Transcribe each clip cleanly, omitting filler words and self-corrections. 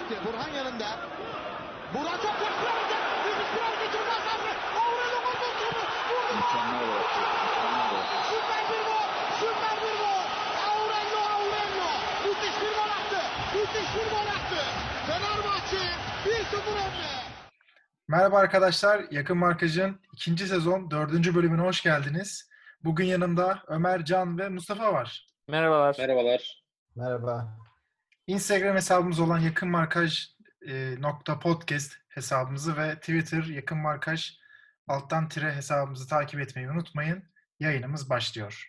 gitti. Burhan yanında. Burhan çok yakın hareket. Müthiş bir hareket. Cumhurbaşkanı. Aurelio gol pozisyonu. Mükemmel gol attı. Mükemmel gol. Süper bir gol. Süper bir gol. Aurelio. Müthiş bir gol attı. Müthiş bir gol attı. Fenerbahçe 1-0 önde. Merhaba arkadaşlar, Yakın Markaj'ın 2. sezon 4. bölümüne hoş geldiniz. Bugün yanımda Ömer, Can ve Mustafa var. Merhabalar. Merhabalar. Merhaba. Instagram hesabımız olan yakınmarkaj.podcast hesabımızı ve Twitter yakınmarkaj _ hesabımızı takip etmeyi unutmayın. Yayınımız başlıyor.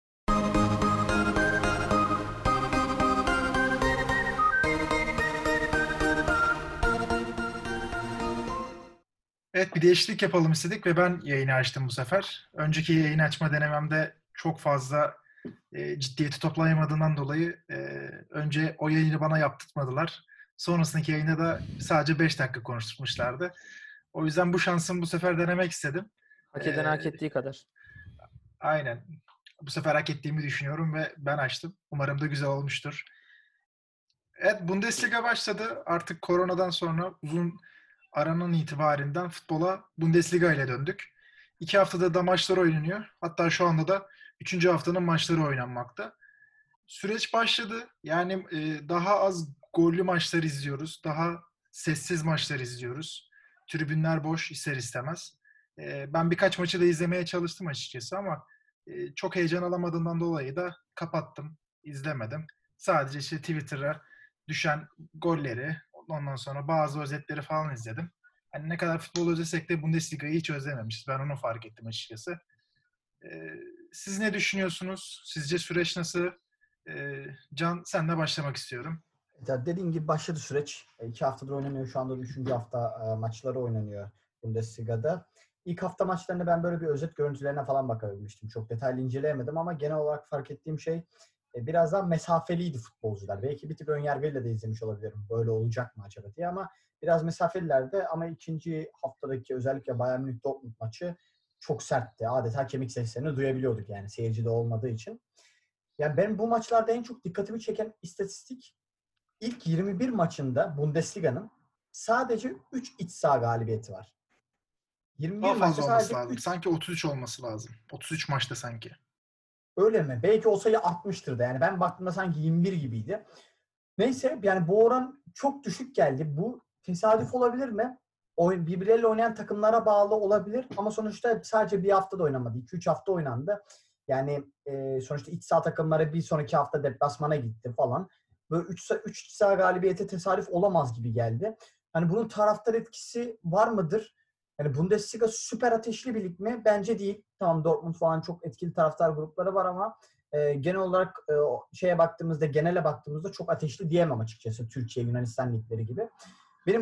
Evet, bir değişiklik yapalım istedik ve ben yayını açtım bu sefer. Önceki yayın açma denememde çok fazla ciddiyeti toplayamadığından dolayı önce o yayını bana yaptırtmadılar. Sonrasındaki yayında da sadece 5 dakika konuşturmuşlardı. O yüzden bu şansımı bu sefer denemek istedim. Hak eden hak ettiği kadar. Aynen. Bu sefer hak ettiğimi düşünüyorum ve ben açtım. Umarım da güzel olmuştur. Evet, Bundesliga başladı. Artık koronadan sonra uzun aranın itibarinden futbola Bundesliga ile döndük. 2 haftada da maçlar oynanıyor. Hatta şu anda da 3. haftanın maçları oynanmakta. Süreç başladı. Yani daha az gollü maçlar izliyoruz. Daha sessiz maçlar izliyoruz. Tribünler boş ister istemez. Ben birkaç maçı da izlemeye çalıştım açıkçası ama çok heyecan alamadığımdan dolayı da kapattım. İzlemedim. Sadece işte Twitter'a düşen golleri, ondan sonra bazı özetleri falan izledim. Hani ne kadar futbol özlesek de Bundesliga'yı hiç özlememişiz. Ben onu fark ettim açıkçası. Siz ne düşünüyorsunuz? Sizce süreç nasıl? Can, senle başlamak istiyorum. Ya dediğin gibi başladı süreç. 2 haftadır oynanıyor. Şu anda da 3. hafta maçları oynanıyor Bundesliga'da. İlk hafta maçlarında ben böyle bir özet görüntülerine falan bakabilmiştim. Çok detaylı inceleyemedim ama genel olarak fark ettiğim şey biraz daha mesafeliydi futbolcular. Belki bir tık önyargıyla da izlemiş olabilirim. Böyle olacak mı acaba diye ama biraz mesafelilerdi. Ama ikinci haftadaki özellikle Bayern Münih Dortmund maçı çok sertti. Adeta kemik seslerini duyabiliyorduk yani seyirci de olmadığı için. Yani ben bu maçlarda en çok dikkatimi çeken istatistik ilk 21 maçında Bundesliga'nın sadece 3 iç saha galibiyeti var. 21 Daha maçta fazla olması sadece lazım. 3. Sanki 33 olması lazım. 33 maçta sanki. Öyle mi? Belki o sayı artmıştır da. Yani ben baktığımda sanki 21 gibiydi. Neyse yani bu oran çok düşük geldi. Bu tesadüf olabilir mi? Birbirleriyle oynayan takımlara bağlı olabilir. Ama sonuçta sadece bir haftada oynamadı. 2-3 hafta oynandı. Yani sonuçta iç saha takımları bir sonraki hafta deplasmana gitti falan. Böyle 3 iç saha galibiyete tesadüf olamaz gibi geldi. Hani bunun taraftar etkisi var mıdır? Yani Bundesliga süper ateşli bir lig mi? Bence değil. Tamam, Dortmund falan çok etkili taraftar grupları var ama genel olarak genele baktığımızda çok ateşli diyemem açıkçası. Türkiye, Yunanistan ligleri gibi. Benim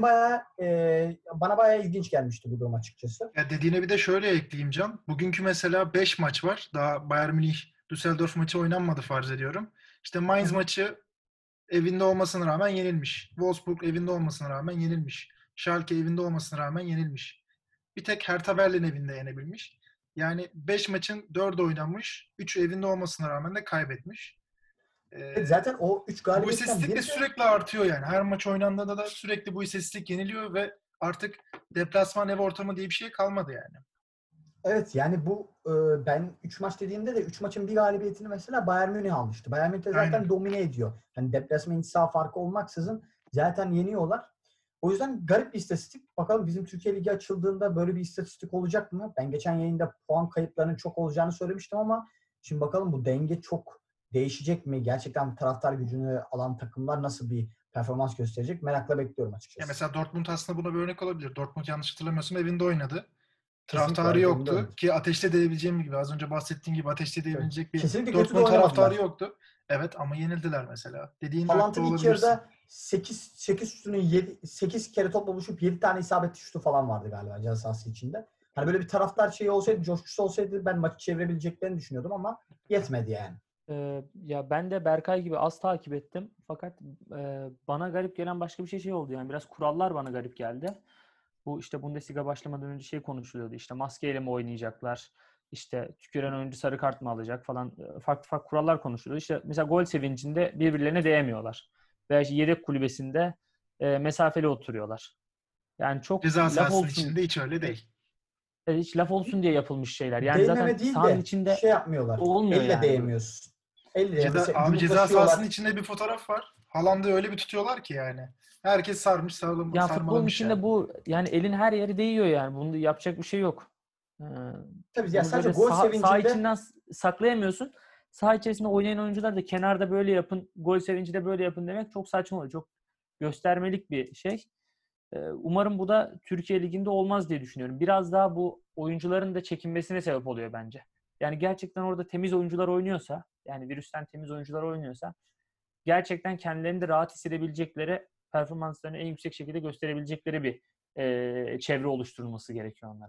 bana bayağı ilginç gelmişti bu durum açıkçası. Ya dediğine bir de şöyle ekleyeyim Can. Bugünkü mesela 5 maç var. Daha Bayern Münih Düsseldorf maçı oynanmadı farz ediyorum. İşte Mainz maçı evinde olmasına rağmen yenilmiş. Wolfsburg evinde olmasına rağmen yenilmiş. Schalke evinde olmasına rağmen yenilmiş. Bir tek Hertha Berlin evinde yenebilmiş. Yani 5 maçın 4'ü oynanmış. 3'ü evinde olmasına rağmen de kaybetmiş. Zaten o 3 Bu galibiyetten istatistik de biri de sürekli artıyor yani. Her maç oynandığında da sürekli bu istatistik yeniliyor ve artık deplasman ev ortamı diye bir şey kalmadı yani. evet yani bu ben 3 maç dediğimde de 3 maçın bir galibiyetini mesela Bayern Münih almıştı. Bayern Münih de zaten Aynen. domine ediyor. Hani deplasman iç saha farkı olmaksızın zaten yeniyorlar. O yüzden garip bir istatistik. Bakalım bizim Türkiye Ligi açıldığında böyle bir istatistik olacak mı? Ben geçen yayında puan kayıplarının çok olacağını söylemiştim ama şimdi bakalım bu denge çok değişecek mi? Gerçekten taraftar gücünü alan takımlar nasıl bir performans gösterecek? Merakla bekliyorum Ya açıkçası. mesela Dortmund aslında buna bir örnek olabilir. Dortmund yanlış hatırlamıyorsam evinde oynadı. Kesinlikle Taraftarı evet, yoktu ki ateşle edebileceğim gibi az önce bahsettiğim gibi ateşle evet. edebilecek bir Kesinlikle kötü de Dortmund taraftarı oynamadılar. yoktu. Evet ama yenildiler mesela. Dediğin de haklı Haaland'ın ilk olabilirsin. yarıda 8 şutunu 8 kere topla buluşup 7 tane isabetli şutu falan vardı galiba ceza sahası içinde. Hani böyle bir taraftar şeyi olsaydı, coşkusu olsaydı ben maçı çevirebileceklerini düşünüyordum ama yetmedi yani. Ya ben de Berkay gibi az takip ettim. Fakat bana garip gelen başka bir şey oldu. Yani biraz kurallar bana garip geldi. Bu işte Bundesliga başlamadan önce şey konuşuluyordu. İşte maskeyle mi oynayacaklar? İşte tüküren oyuncu sarı kart mı alacak falan. Farklı farklı kurallar konuşuluyor. İşte mesela gol sevincinde birbirlerine değemiyorlar. Veya işte yedek kulübesinde mesafeli oturuyorlar. Yani çok Ceza laf sahasının olsun, içinde hiç öyle değil. hiç laf olsun diye yapılmış şeyler. Yani zaten Değmeme değil sahanın de içinde şey yapmıyorlar. olmuyor Elle yani bu. değmiyorsun. Elle değmiyorsun. Abi ceza Yumruklaşıyorlar. sahasının içinde bir fotoğraf var. Haaland'ı öyle bir tutuyorlar ki yani. Herkes sarmış, Ya futbolun sarmalamış içinde yani. bu yani elin her yeri değiyor yani. Bunda yapacak bir şey yok. Ee, Tabii ya Bunu sadece böyle gol saha sevincinde içinden saklayamıyorsun. Saha içerisinde oynayan oyuncular da kenarda böyle yapın, gol sevinci de böyle yapın demek çok saçma oluyor. Çok göstermelik bir şey. Umarım bu da Türkiye Ligi'nde olmaz diye düşünüyorum. Biraz daha bu oyuncuların da çekinmesine sebep oluyor bence. Yani gerçekten orada temiz oyuncular oynuyorsa, yani virüsten temiz oyuncular oynuyorsa gerçekten kendilerini de rahat hissedebilecekleri, performanslarını en yüksek şekilde gösterebilecekleri bir çevre oluşturulması gerekiyor onlara.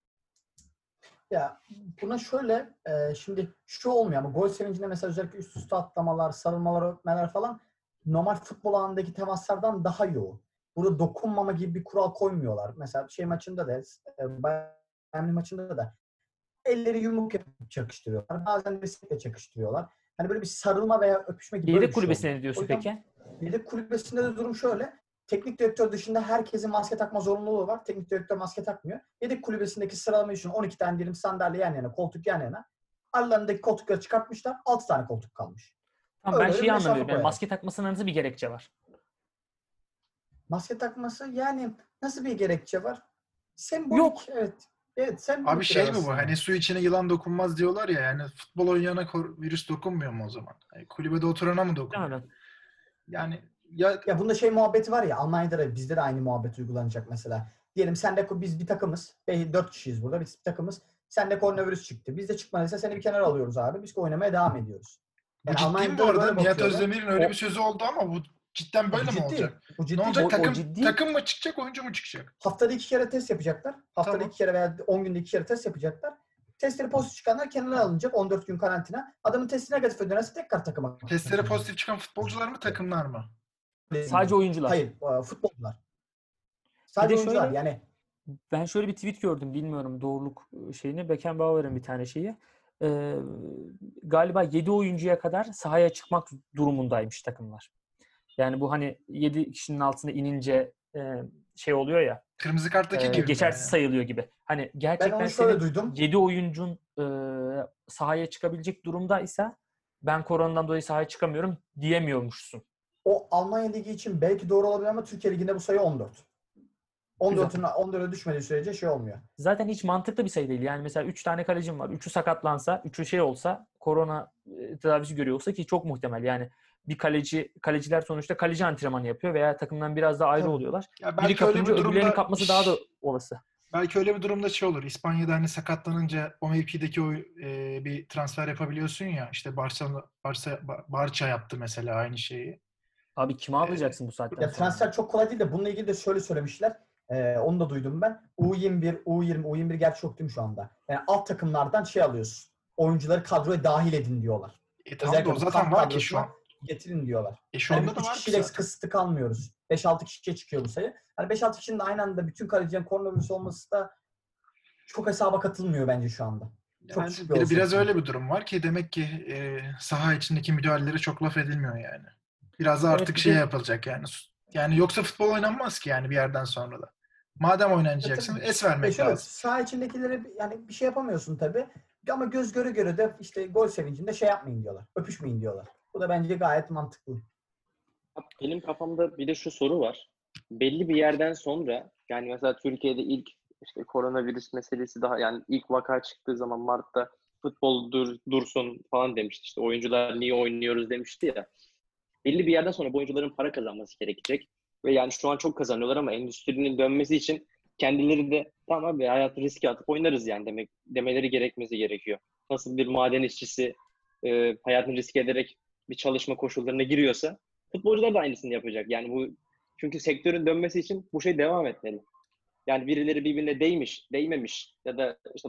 ya buna şöyle şimdi şu olmuyor ama gol sevincinde mesela özellikle üst üste atlamalar, sarılmalar, öpmeler falan normal futbol alanındaki temaslardan daha yoğun. Burada dokunmama gibi bir kural koymuyorlar. Mesela şey maçında da Bayern Münih maçında da elleri yumruk yapıp çakıştırıyorlar. Bazen bisikletle çakıştırıyorlar. Hani böyle bir sarılma veya öpüşme gibi böyle Yedek bir şey kulübesine olmuyor. ne O diyorsun yüzden peki? yedek kulübesinde de durum şöyle. Teknik direktör dışında herkesin maske takma zorunluluğu var. Teknik direktör maske takmıyor. Yedek kulübesindeki sıralama için 12 tane diyelim sandalye yan yana, koltuk yan yana. Aralarındaki koltukları çıkartmışlar. 6 tane koltuk kalmış. Tamam, ben Öyle öyle bir şeyi mesafe anlamıyorum. Yani koyarak. maske takmasına nasıl bir gerekçe var? Maske takması yani nasıl bir gerekçe var? Sembolik, Yok. evet. Evet, Abi sembolik biraz şey mi bu? aslında. Hani su içine yılan dokunmaz diyorlar ya. Yani futbol oynayana virüs dokunmuyor mu o zaman? Yani kulübede oturana mı dokunuyor? Muhtemelen. Yani ya Ya bunda şey muhabbeti var ya, Almanya'da da bizde de aynı muhabbet uygulanacak mesela. Diyelim biz bir takımız. 4 kişiyiz burada. Biz bir takımız. Sende koronavirüs çıktı. Biz de çıkmadıysa seni bir kenara alıyoruz abi. Biz oynamaya devam ediyoruz. bu Yani ciddi mi bu Almanya'da da arada? böyle Nihat bakıyorlar. Özdemir'in öyle bir O, sözü oldu ama bu cidden bu böyle mi ciddi. olacak? Bu Ne ciddi. olacak? O Takım ciddi. takım mı çıkacak, oyuncu mu çıkacak? Haftada 2 kere test yapacaklar. Haftada Tamam. 2 kere veya 10 günde 2 kere test yapacaklar. Testleri pozitif çıkanlar kenara alınacak. 14 gün karantina. Adamın testi negatif dönerse tekrar takıma Testlere katılacak. pozitif çıkan futbolcular mı, takımlar mı? Sadece oyuncular. Hayır, futbolcular. Bir Sadece de oyuncular şöyle, yani. ben şöyle bir tweet gördüm. Bilmiyorum doğruluk şeyini. Beckenbauer'ın bir tane şeyi. Galiba 7 oyuncuya kadar sahaya çıkmak durumundaymış takımlar. Yani bu hani 7 kişinin altına inince şey oluyor ya, Kırmızı karttaki gibi mi geçersiz yani? sayılıyor gibi. Hani Ben gerçekten onu şöyle senin duydum. 7 oyuncun sahaya çıkabilecek durumdaysa ben koronadan dolayı sahaya çıkamıyorum diyemiyormuşsun. O Almanya Ligi için belki doğru olabilir ama Türkiye Ligi'nde bu sayı 14. Güzel. 14'e düşmediği sürece şey olmuyor. Zaten hiç mantıklı bir sayı değil. Yani mesela 3 tane kalecim var. 3'ü sakatlansa, 3'ü şey olsa, korona tedavisi görüyor olsa ki çok muhtemel. Yani bir kaleciler sonuçta kaleci antrenmanı yapıyor veya takımdan biraz daha ayrı Tabii. oluyorlar. Ya Biri belki öyle kapınca bir öbürlerinin durumda kapması daha da olası. belki öyle bir durumda şey olur. İspanya'da hani sakatlanınca o mevkideki bir transfer yapabiliyorsun ya. İşte Barça yaptı mesela aynı şeyi. Abi kime alacaksın bu saatten Ya sonra? transfer çok kolay değil de bununla ilgili de şöyle söylemişler. Onu da duydum ben. U21, U20, U21 gerçi yok değil mi şu anda? Yani alt takımlardan şey alıyorsun. Oyuncuları kadroya dahil edin diyorlar. Tamam da Özellikle o bu zaten kamp var ki şu an. kadrosuna getirin diyorlar. Şu Hani anda bir da 3 var ki kişiyle zaten. kısıtlı kalmıyoruz. 5-6 kişiye çıkıyor bu sayı. Hani 5-6 kişinin de aynı anda bütün kalecilerin koronavirüs olması da çok hesaba katılmıyor bence şu anda. Ya Çok bence düşük bir olasılık biraz öyle çünkü. bir durum var ki demek ki saha içindeki müdahalelere çok laf edilmiyor yani. Biraz da Evet, artık bir şey de yapılacak yani. Yani yoksa futbol oynanmaz ki yani bir yerden sonra da. Madem Tabii. oynanacaksın es vermek Şöyle lazım. saha içindekilere yani bir şey yapamıyorsun tabii. Ama göz göre göre de işte gol sevincinde şey yapmayın diyorlar. Öpüşmeyin diyorlar. Bu da bence gayet mantıklı. Benim kafamda bir de şu soru var. Belli bir yerden sonra yani mesela Türkiye'de ilk işte koronavirüs meselesi daha yani ilk vaka çıktığı zaman Mart'ta futbol dursun falan demişti. İşte oyuncular niye oynuyoruz demişti ya. Belli bir yerden sonra bu oyuncuların para kazanması gerekecek. Ve yani şu an çok kazanıyorlar ama endüstrinin dönmesi için kendileri de tamam abi hayatı riske atıp oynarız yani demeleri gerekmesi gerekiyor. Nasıl bir maden işçisi hayatını riske ederek bir çalışma koşullarına giriyorsa futbolcular da aynısını yapacak. Yani bu çünkü sektörün dönmesi için bu şey devam etmeli. Yani birileri birbirine değmemiş ya da işte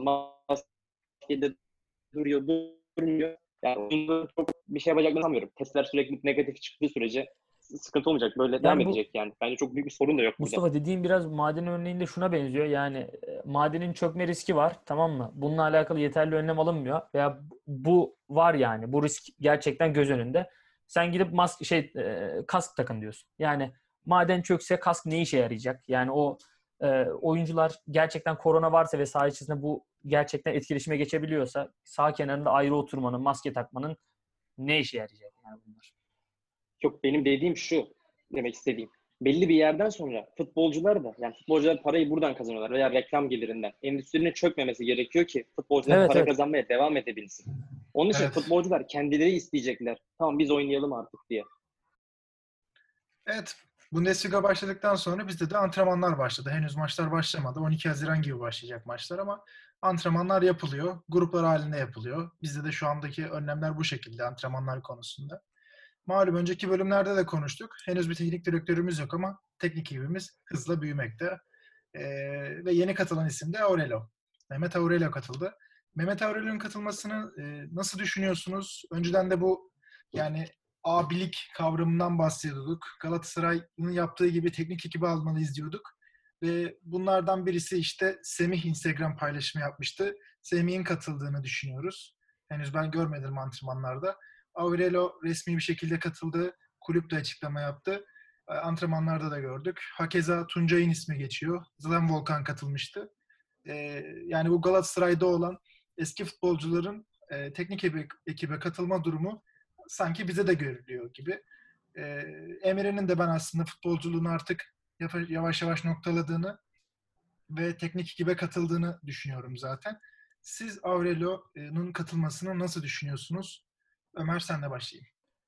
maskede duruyor, durmuyor. Yani oyunda çok bir şey yapacaklarını sanmıyorum. Testler sürekli negatif çıktığı sürece sıkıntı olmayacak. Böyle devam yani bu edecek yani. Bence çok büyük bir sorun da yok burada. Mustafa dediğim biraz maden örneğinde şuna benziyor. Yani madenin çökme riski var, tamam mı? Bununla alakalı yeterli önlem alınmıyor veya bu var yani. Bu risk gerçekten göz önünde. Sen gidip kask takın diyorsun. Yani maden çökse kask ne işe yarayacak? Yani o oyuncular gerçekten korona varsa ve saha içerisinde bu gerçekten etkileşime geçebiliyorsa saha kenarında ayrı oturmanın, maske takmanın ne işe yarayacak yani bunlar? Yok, benim dediğim şu, demek istediğim. Belli bir yerden sonra futbolcular da, yani futbolcular parayı buradan kazanıyorlar veya reklam gelirinden. Endüstrinin çökmemesi gerekiyor ki futbolcular Evet, para evet. kazanmaya devam edebilsin. Onun için Evet. futbolcular kendileri isteyecekler. Tamam, biz oynayalım artık diye. Evet. Bundesliga başladıktan sonra bizde de antrenmanlar başladı. Henüz maçlar başlamadı. 12 Haziran gibi başlayacak maçlar ama antrenmanlar yapılıyor. Gruplar halinde yapılıyor. Bizde de şu andaki önlemler bu şekilde antrenmanlar konusunda. Malum önceki bölümlerde de konuştuk. Henüz bir teknik direktörümüz yok ama teknik ekibimiz hızla büyümekte. Ve yeni katılan isim de Aurelio. Mehmet Aurelio katıldı. Mehmet Aurelio'nun katılmasını nasıl düşünüyorsunuz? Önceden de bu yani abilik kavramından bahsediyorduk. Galatasaray'ın yaptığı gibi teknik ekibi almalıyız diyorduk. Ve bunlardan birisi işte Semih Instagram paylaşımı yapmıştı. Semih'in katıldığını düşünüyoruz. Henüz ben görmedim antrenmanlarda. Aurelio resmi bir şekilde katıldı. Kulüp de açıklama yaptı. Antrenmanlarda da gördük. Hakeza Tuncay'ın ismi geçiyor. Zaten Volkan katılmıştı. Yani bu Galatasaray'da olan eski futbolcuların teknik ekibe katılma durumu sanki bize de görülüyor gibi. Emre'nin de ben aslında futbolculuğunu artık yavaş yavaş noktaladığını ve teknik ekibe katıldığını düşünüyorum zaten. Siz Aurelio'nun katılmasını nasıl düşünüyorsunuz? Ömer senle başlayayım.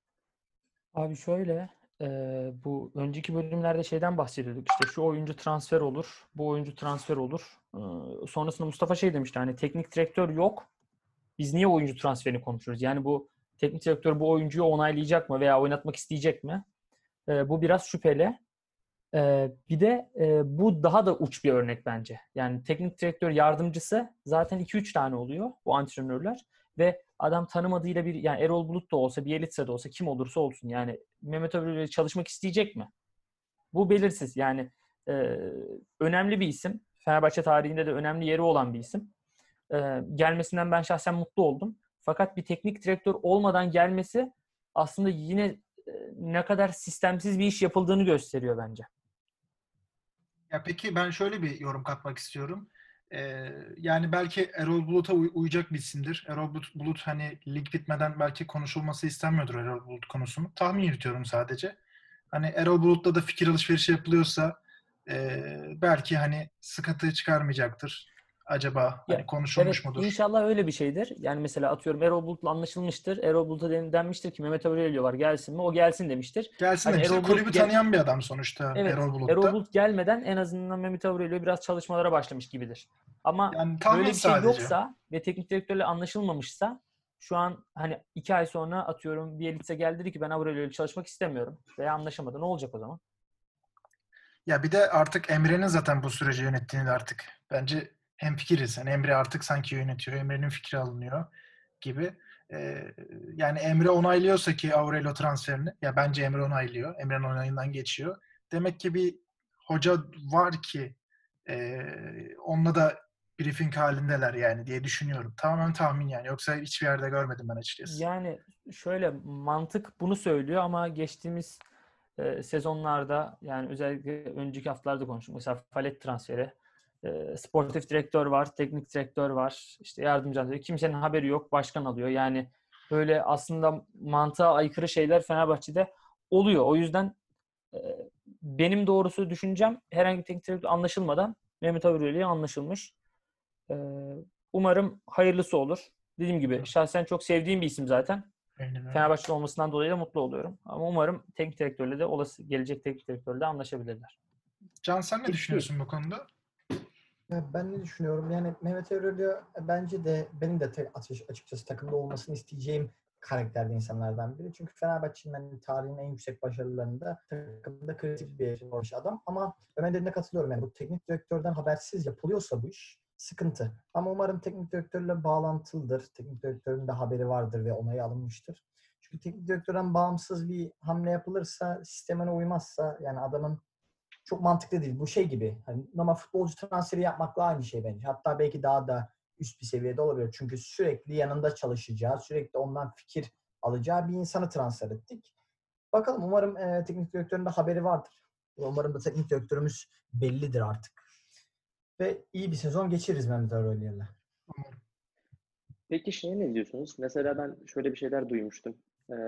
Abi şöyle, bu önceki bölümlerde şeyden bahsediyorduk. İşte şu oyuncu transfer olur, bu oyuncu transfer olur. Sonrasında Mustafa şey demişti, hani teknik direktör yok. Biz niye oyuncu transferini konuşuyoruz? Yani bu teknik direktör bu oyuncuyu onaylayacak mı veya oynatmak isteyecek mi? Bu biraz şüpheli. Bir de bu daha da uç bir örnek bence. Yani teknik direktör yardımcısı zaten 2-3 tane oluyor bu antrenörler ve adam tanımadığıyla bir, yani Erol Bulut da olsa, Bielitsa da olsa, kim olursa olsun, yani Mehmet Övrü'yle çalışmak isteyecek mi? Bu belirsiz. Yani önemli bir isim. Fenerbahçe tarihinde de önemli yeri olan bir isim. Gelmesinden ben şahsen mutlu oldum. Fakat bir teknik direktör olmadan gelmesi aslında yine ne kadar sistemsiz bir iş yapıldığını gösteriyor bence. Ya peki ben şöyle bir yorum katmak istiyorum. Yani belki Erol Bulut'a uyacak bir isimdir. Erol Bulut hani lig bitmeden belki konuşulması istenmiyordur Erol Bulut konusunu. Tahmin yürütüyorum sadece. Hani Erol Bulut'la da fikir alışverişi yapılıyorsa belki hani sıkıntı çıkarmayacaktır. Acaba hani Ya, konuşulmuş evet, mudur? inşallah öyle bir şeydir. Yani mesela atıyorum Erol Bulut'la anlaşılmıştır. Erol Bulut'a denmiştir ki Mehmet Aurelio var, gelsin mi? O gelsin demiştir. Gelsin Hani demiştir. Erol Bulut Kulübü tanıyan bir adam sonuçta evet, Erol Bulut Erol da. Bulut gelmeden en azından Mehmet Aurelio biraz çalışmalara başlamış gibidir. Ama Yani tahmin böyle bir şey sadece. yoksa ve teknik direktörle anlaşılmamışsa şu an hani 2 ay sonra atıyorum Bielitsa geldi, dedi ki ben Aurelio ile çalışmak istemiyorum veya anlaşamadı. Ne olacak o zaman? Ya bir de artık Emre'nin zaten bu süreci yönettiğini de artık bence hemfikiriz. Yani Emre artık sanki yönetiyor. Emre'nin fikri alınıyor gibi. Yani Emre onaylıyorsa ki Aurelio transferini, ya bence Emre onaylıyor. Emre'nin onayından geçiyor. Demek ki bir hoca var ki onunla da briefing halindeler yani diye düşünüyorum. Tamamen tahmin yani. Yoksa hiçbir yerde görmedim ben açıkçası. Yani şöyle, mantık bunu söylüyor ama geçtiğimiz sezonlarda, yani özellikle önceki haftalarda konuştuk. Mesela Falet transferi. Sportif direktör var, teknik direktör var, işte yardımcı antrenör. Kimsenin haberi yok, başkan alıyor. Yani böyle aslında mantığa aykırı şeyler Fenerbahçe'de oluyor. O yüzden e, benim doğrusu düşüncem, herhangi bir teknik direktör anlaşılmadan Mehmet Aurelio'ya anlaşılmış. E, Umarım hayırlısı olur. Dediğim gibi şahsen çok sevdiğim bir isim zaten. Aynen öyle. Fenerbahçe'de olmasından dolayı da mutlu oluyorum. Ama umarım teknik direktörle de, olası gelecek teknik direktörle de anlaşabilirler. Can sen ne Peki, düşünüyorsun bu konuda? Ya ben ne düşünüyorum? Yani Mehmet Evrelio bence de benim de açıkçası takımda olmasını isteyeceğim karakterde insanlardan biri. Çünkü Fenerbahçe'nin hani tarihin en yüksek başarılarında takımda kritik bir adam. Ama Ömer dediğine katılıyorum. Yani bu teknik direktörden habersiz yapılıyorsa bu iş sıkıntı. Ama umarım teknik direktörle bağlantılıdır. Teknik direktörün de haberi vardır ve onayı alınmıştır. Çünkü teknik direktörden bağımsız bir hamle yapılırsa, sistemine uymazsa, yani adamın çok mantıklı değil. Bu şey gibi. Hani normal futbolcu transferi yapmakla aynı şey bence. Hatta belki daha da üst bir seviyede olabilir. Çünkü sürekli yanında çalışacağı, sürekli ondan fikir alacağı bir insanı transfer ettik. Bakalım, umarım teknik direktörün de haberi vardır. Umarım da teknik direktörümüz bellidir artık. Ve iyi bir sezon geçiririz Mehmet Aurelio'yla. Peki şeye ne diyorsunuz? Mesela ben şöyle bir şeyler duymuştum.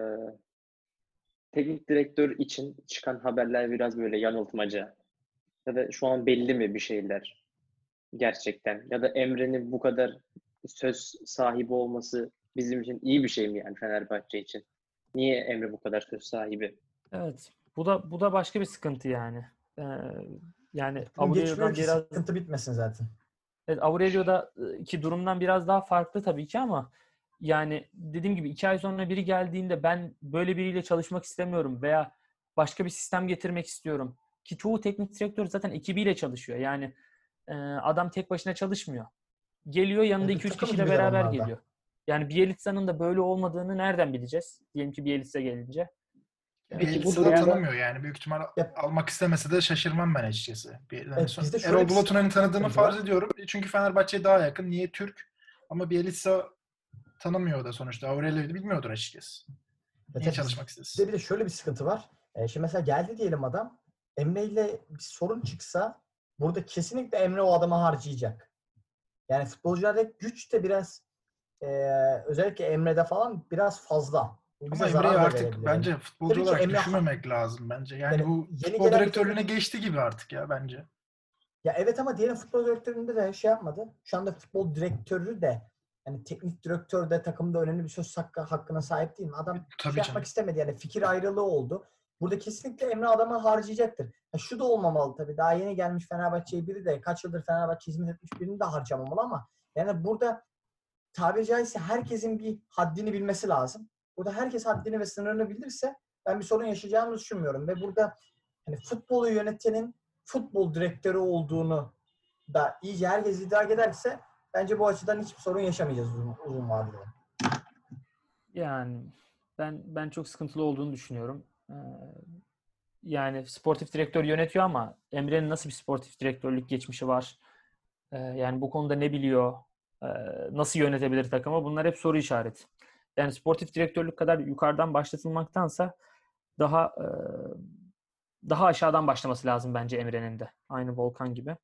Teknik direktör için çıkan haberler biraz böyle yanıltmaca. Ya da şu an belli mi bir şeyler gerçekten? Ya da Emre'nin bu kadar söz sahibi olması bizim için iyi bir şey mi yani Fenerbahçe için? Niye Emre bu kadar söz sahibi? Evet. Bu da başka bir sıkıntı yani. Yani Geçmiyor Aurelio'dan ki biraz sıkıntı bitmesin zaten. evet, Aurelio'daki durumdan biraz daha farklı tabii ki ama yani dediğim gibi 2 ay sonra biri geldiğinde ben böyle biriyle çalışmak istemiyorum veya başka bir sistem getirmek istiyorum. Ki çoğu teknik direktör zaten ekibiyle çalışıyor. Yani adam tek başına çalışmıyor. Geliyor yanında Bir 2-3 takım kişiyle gibiler beraber onlar da. geliyor. Yani Bielitsa'nın da böyle olmadığını nereden bileceğiz? Diyelim ki Bielitsa gelince. Peki bu Bielitsa da durumda tanımıyor yani. Büyük ihtimal Yap. almak istemese de şaşırmam ben açıkçası. Evet, bizde şöyle Erol bir Bulat'ın tanıdığını sıkıntı var. farz ediyorum. Çünkü Fenerbahçe'ye daha yakın. Niye Türk? Ama Bielitsa tanımıyor da sonuçta. Aurelio'yu bilmiyordur açıkçası. Niye Evet, çalışmak bizde istesin? bir de şöyle bir sıkıntı var. Şimdi mesela geldi diyelim adam. Emre ile bir sorun çıksa burada kesinlikle Emre o adamı harcayacak. Yani futbolcularda güç de biraz özellikle Emre'de falan biraz fazla. Bu bize Ama Emre'yi zarar da artık verebilir. Yani. bence futbolcu Tabii ki olarak Emre düşünmemek lazım bence. Yani yani bu yeni futbol gelen bir direktörlüğüne teknik. geçti gibi artık ya bence. Ya evet ama diğer futbol direktöründe de şey yapmadı. Şu anda futbol direktörü de yani teknik direktör de takımda önemli bir söz hakkına sahip değil mi? Adam Tabii şey yapmak canım. istemedi yani fikir ayrılığı oldu. Burada kesinlikle Emre adamı harcayacaktır. Ya şu da olmamalı tabii. Daha yeni gelmiş Fenerbahçe'ye biri de kaç yıldır Fenerbahçe hizmet etmiş birini de harcamamalı ama yani burada tabiri caizse herkesin bir haddini bilmesi lazım. Burada herkes haddini ve sınırını bilirse ben bir sorun yaşayacağımızı düşünmüyorum. Ve burada hani futbolu yönetenin futbol direktörü olduğunu da iyice herkes idrak ederse bence bu açıdan hiçbir sorun yaşamayacağız uzun vadede. Yani ben çok sıkıntılı olduğunu düşünüyorum. Yani sportif direktör yönetiyor ama Emre'nin nasıl bir sportif direktörlük geçmişi var? Yani bu konuda ne biliyor? Nasıl yönetebilir takımı? Bunlar hep soru işareti. Yani sportif direktörlük kadar yukarıdan başlatılmaktansa daha daha aşağıdan başlaması lazım bence Emre'nin de. Aynı Volkan gibi.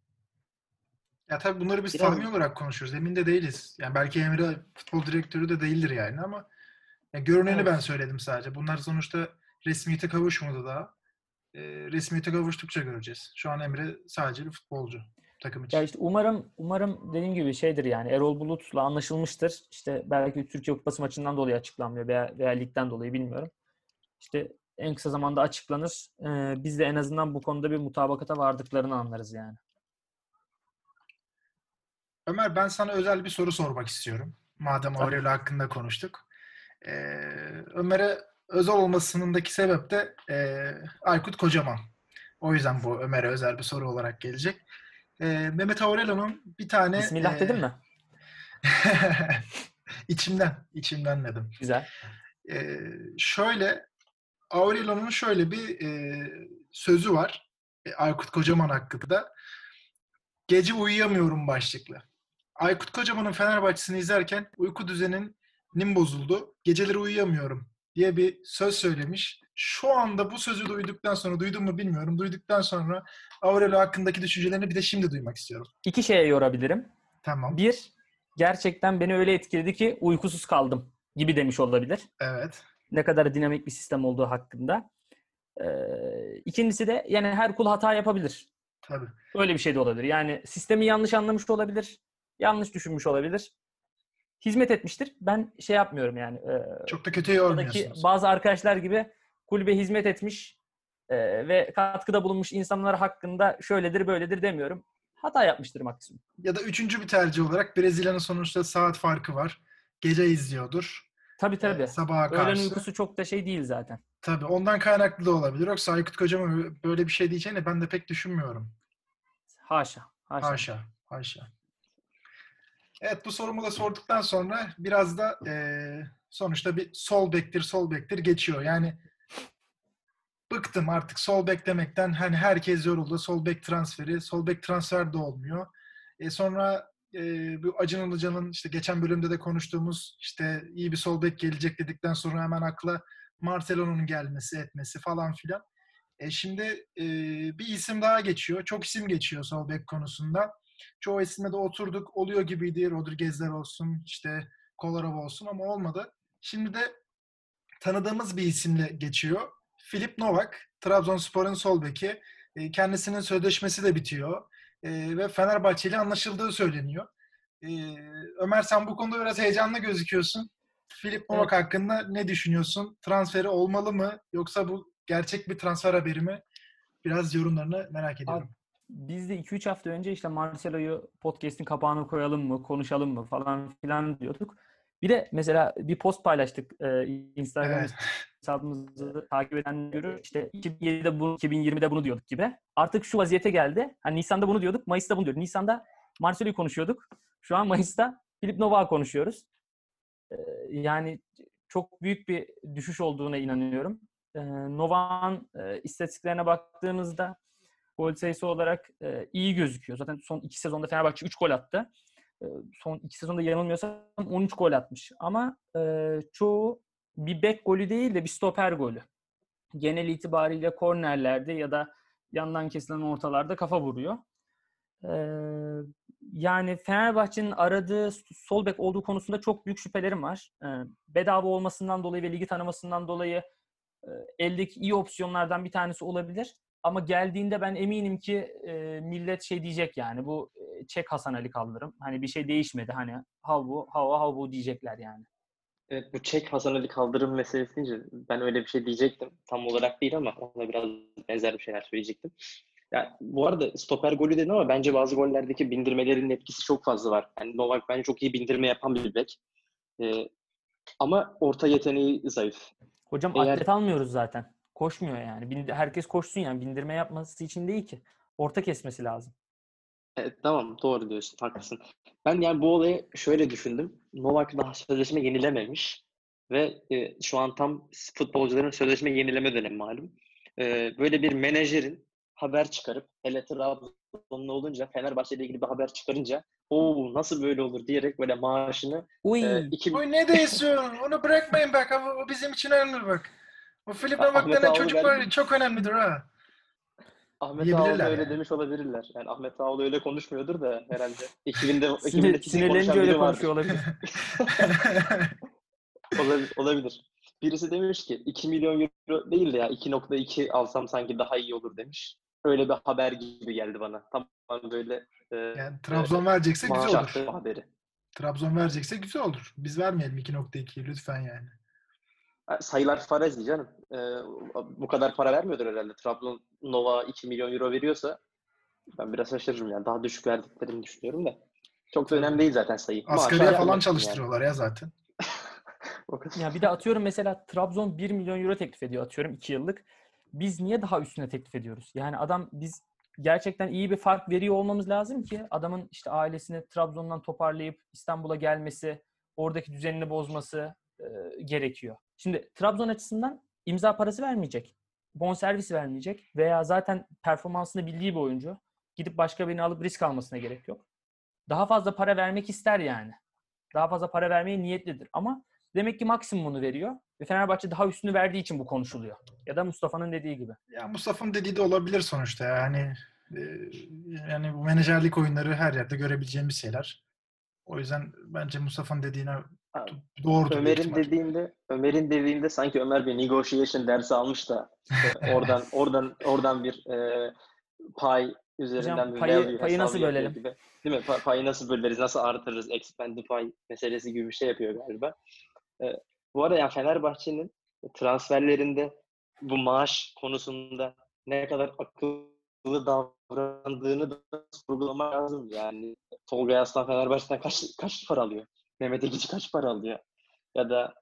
Ya tabii bunları biz Biraz tahmin olarak konuşuyoruz. Emin de değiliz. Yani belki Emre futbol direktörü de değildir yani ama ya görüneni ben Evet. söyledim sadece. Bunlar sonuçta resmiyete kavuşmadı daha. Resmiyete kavuştukça göreceğiz. Şu an Emre sadece bir futbolcu takım Ya için. işte umarım dediğim gibi şeydir yani Erol Bulut'la anlaşılmıştır. İşte belki Türkiye Kupası maçından dolayı açıklanmıyor veya ligden dolayı bilmiyorum. İşte en kısa zamanda açıklanır. Biz de en azından bu konuda bir mutabakata vardıklarını anlarız yani. Ömer ben sana özel bir soru sormak istiyorum. Madem Tabii. Aurelio hakkında konuştuk. Ömer'e özel olmasındaki sebep de Aykut Kocaman. O yüzden bu Ömer'e özel bir soru olarak gelecek. Mehmet Aurelio'nun bir tane Bismillah dedim mi? içimden dedim. Güzel. Şöyle Aurelio'nun şöyle bir sözü var. Aykut Kocaman hakkında. Gece uyuyamıyorum başlıklı. Aykut Kocaman'ın Fenerbahçe'sini izlerken uyku düzeninin bozuldu. Geceleri uyuyamıyorum diye bir söz söylemiş. Şu anda bu sözü duyduktan sonra, duydum mu bilmiyorum. Duyduktan sonra Aurelio hakkındaki düşüncelerini bir de şimdi duymak istiyorum. 2 şeye yorabilirim. Tamam. 1, gerçekten beni öyle etkiledi ki uykusuz kaldım gibi demiş olabilir. Evet. Ne kadar dinamik bir sistem olduğu hakkında. İkincisi de yani her kul hata yapabilir. Tabii. Öyle bir şey de olabilir. Yani sistemi yanlış anlamış olabilir. Yanlış düşünmüş olabilir. Hizmet etmiştir. Ben şey yapmıyorum yani. Çok da kötü Buradaki yormuyorsunuz. bazı arkadaşlar gibi kulübe hizmet etmiş ve katkıda bulunmuş insanlar hakkında şöyledir böyledir demiyorum. Hata yapmıştır maksimum. Ya da üçüncü bir tercih olarak Brezilya'nın sonuçta saat farkı var. Gece izliyordur. Tabii. Sabaha Öğlen karşı. uykusu çok da şey değil zaten. Tabii ondan kaynaklı da olabilir. Yoksa Aykut Kocaman böyle bir şey diyeceğini ben de pek düşünmüyorum. Haşa. Haşa. Evet bu sorumu da sorduktan sonra biraz da sonuçta bir sol bektir geçiyor. Yani bıktım artık sol bek demekten. Hani herkes yoruldu. Sol bek transfer de olmuyor. Sonra bu Acun Ilıcalı'nın işte geçen bölümde de konuştuğumuz işte iyi bir sol bek gelecek dedikten sonra hemen akla Marcelo'nun gelmesi etmesi falan filan. Şimdi bir isim daha geçiyor. Çok isim geçiyor sol bek konusunda. Çoğu isimle de oturduk. Oluyor gibiydi. Rodriguez'ler olsun, işte Kolarov olsun ama olmadı. Şimdi de tanıdığımız bir isimle geçiyor. Filip Novak, Trabzonspor'un sol beki. Kendisinin sözleşmesi de bitiyor. Ve Fenerbahçe ile anlaşıldığı söyleniyor. Ömer, sen bu konuda biraz heyecanlı gözüküyorsun. Filip Novak Evet. hakkında ne düşünüyorsun? Transferi olmalı mı? Yoksa bu gerçek bir transfer haberi mi? Biraz yorumlarını merak Abi, ediyorum. biz de 2-3 hafta önce işte Marcelo'yu podcast'in kapağına koyalım mı, konuşalım mı falan filan diyorduk. Bir de mesela bir post paylaştık Instagram Evet. hesabımızı takip eden görür. İşte 2007'de bunu, 2020'de bunu diyorduk gibi. Artık şu vaziyete geldi. Hani Nisan'da bunu diyorduk, Mayıs'ta bunu diyoruz. Nisan'da Marcelo'yu konuşuyorduk. Şu an Mayıs'ta Filip Novak'ı konuşuyoruz. Yani çok büyük bir düşüş olduğuna inanıyorum. Novak'ın istatistiklerine baktığımızda gol sayısı olarak iyi gözüküyor. Zaten son 2 sezonda Fenerbahçe 3 gol attı. Son 2 sezonda yanılmıyorsam 13 gol atmış. Ama çoğu bir bek golü değil de bir stoper golü. Genel itibariyle kornerlerde ya da yandan kesilen ortalarda kafa vuruyor. Yani Fenerbahçe'nin aradığı sol bek olduğu konusunda çok büyük şüphelerim var. Bedava olmasından dolayı ve ligi tanımasından dolayı eldeki iyi opsiyonlardan bir tanesi olabilir. Ama geldiğinde ben eminim ki millet şey diyecek yani bu çek Hasan Ali Kaldırım. Hani bir şey değişmedi hani hav bu diyecekler yani. Evet, bu çek Hasan Ali Kaldırım meselesi deyince ben öyle bir şey diyecektim. Tam olarak değil ama ona biraz benzer bir şeyler söyleyecektim. Yani bu arada stoper golü dedin ama bence bazı gollerdeki bindirmelerin etkisi çok fazla var. Yani Novak bence çok iyi bindirme yapan bir bek. Ama orta yeteneği zayıf. Hocam Eğer atlet almıyoruz zaten. Koşmuyor yani. Herkes koşsun yani. Bindirme yapması için değil ki. Orta kesmesi lazım. evet, tamam doğru diyorsun, haklısın. Ben yani bu olayı şöyle düşündüm. Novak daha sözleşme yenilememiş ve şu an tam futbolcuların sözleşme yenileme dönemi malum. Böyle bir menajerin haber çıkarıp hele Trabzonlu olunca Fenerbahçe ile ilgili bir haber çıkarınca o nasıl böyle olur diyerek böyle maaşını Uy! Oy, ne diyorsun? Onu bırakmayın bak. O bizim için önemli bak. O Filip Novak Ahmet denen Ağaoğlu çocuk var, çok önemlidir ha. Ahmet Ağaoğlu Diyebilirler öyle yani. demiş olabilirler. Yani Ahmet Ağaoğlu öyle konuşmuyordur da herhalde. Ekibindeki tek Sinirlenince konuşan öyle biri konuşuyor vardır. olabilir. Olabilir. Birisi demiş ki 2 milyon euro değil de ya 2,2 alsam sanki daha iyi olur demiş. Öyle bir haber gibi geldi bana. Tam böyle Yani Trabzon verecekse güzel maaş olur. arttı haberi. Trabzon verecekse güzel olur. Biz vermeyelim 2.2 lütfen yani. Sayılar farazi canım. Bu kadar para vermiyordur herhalde. Trabzon Nova 2 milyon euro veriyorsa ben biraz şaşırırım yani. Daha düşük verdiklerini düşünüyorum da. Çok da önemli Tabii. değil zaten sayı. Maaşı Asgariye falan arttırmak için yani. çalıştırıyorlar ya zaten. O kadar. Ya bir de atıyorum mesela Trabzon 1 milyon euro teklif ediyor atıyorum 2 yıllık. Biz niye daha üstüne teklif ediyoruz? Yani biz gerçekten iyi bir fark veriyor olmamız lazım ki adamın işte ailesini Trabzon'dan toparlayıp İstanbul'a gelmesi, oradaki düzenini bozması gerekiyor. Şimdi Trabzon açısından imza parası vermeyecek. Bonservis vermeyecek veya zaten performansını bildiği bir oyuncu. Gidip başka birini alıp risk almasına gerek yok. Daha fazla para vermek ister yani. Daha fazla para vermeye niyetlidir. Ama demek ki maksimumunu veriyor. Ve Fenerbahçe daha üstünü verdiği için bu konuşuluyor. Ya da Mustafa'nın dediği gibi. Ya Mustafa'nın dediği de olabilir sonuçta yani. Yani bu menajerlik oyunları her yerde görebileceğimiz şeyler. O yüzden bence Mustafa'nın dediğine doğrudur büyük ihtimal. Ömer'in dediğinde sanki Ömer bir negotiation dersi almış da işte oradan bir pay üzerinden Hocam bir value payı hesabı nasıl yapıyor bölelim? gibi. Değil mi? Payı nasıl böleriz, nasıl artırırız, expanded pay meselesi gibi bir şey yapıyor galiba. E, Bu arada yani Fenerbahçe'nin transferlerinde bu maaş konusunda ne kadar akıllı davrandığını da sorgulamak lazım. Yani Tolga Aslan Fenerbahçe'den kaç para alıyor? Mehmet Ekici kaç para alıyor? Ya da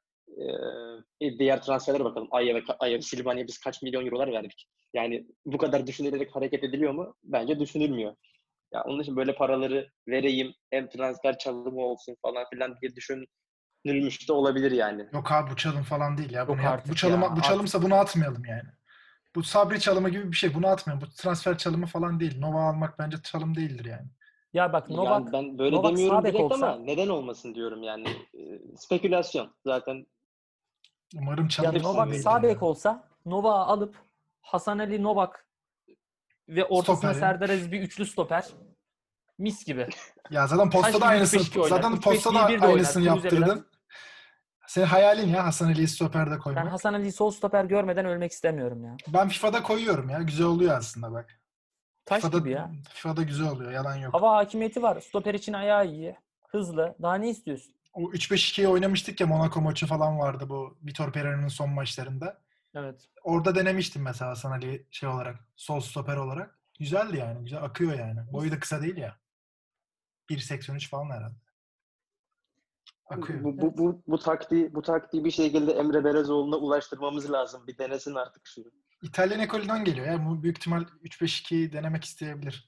diğer transferlere bakalım. Aya Silvani'ye biz kaç milyon eurolar verdik. Yani bu kadar düşünülerek hareket ediliyor mu? Bence düşünülmüyor. Ya onun için böyle paraları vereyim, hem transfer çalımı olsun falan filan diye düşünülmüş de olabilir yani. Yok abi, bu çalım falan değil ya. Bunu Yok yap. Bu artık ya. bu çalımsa bunu atmayalım yani. Bu Sabri çalımı gibi bir şey. Bunu atmayalım. Bu transfer çalımı falan değil. Nova almak bence çalım değildir yani. Ya bak Yani ben böyle Novak demiyorum sağ bek direkt ama olsa neden olmasın diyorum yani. Spekülasyon zaten. Umarım ya çalım falan Novak değildir sağ bek ya. olsa Novak'ı alıp Hasan Ali, Novak ve ortasına Stoper ya. Serdar Aziz bir üçlü stoper. Mis gibi. Ya zaten Taş posta da gibi aynısını 3-5-2 oynar. zaten posta da 3-5-1-1 de oynar. aynısını Cruze Vedat. yaptırdın. Senin hayalin ya Hasan Ali'yi stoperde Ben koymak. Hasan Ali'yi sol stoper görmeden ölmek istemiyorum ya. Ben FIFA'da koyuyorum ya. Güzel oluyor aslında bak. Taş FIFA'da, gibi ya. FIFA'da güzel oluyor. Yalan yok. Hava hakimiyeti var. Stoper için ayağı iyi. Hızlı. Daha ne istiyorsun? O 3-5-2'ye oynamıştık ya, Monaco maçı falan vardı bu Vitor Pereira'nın son maçlarında. Evet. Orada denemiştim mesela Hasan Ali şey olarak, sol stoper olarak. Güzeldi yani. Güzel akıyor yani. Boyu da kısa değil ya. 1.83 falan herhalde. Akıyor. Bu taktiği bir şekilde Emre Belezoğlu'na ulaştırmamız lazım. Bir denesin artık şunu. İtalyan ekolünden geliyor ya. Bu büyük ihtimal 3-5-2'yi denemek isteyebilir.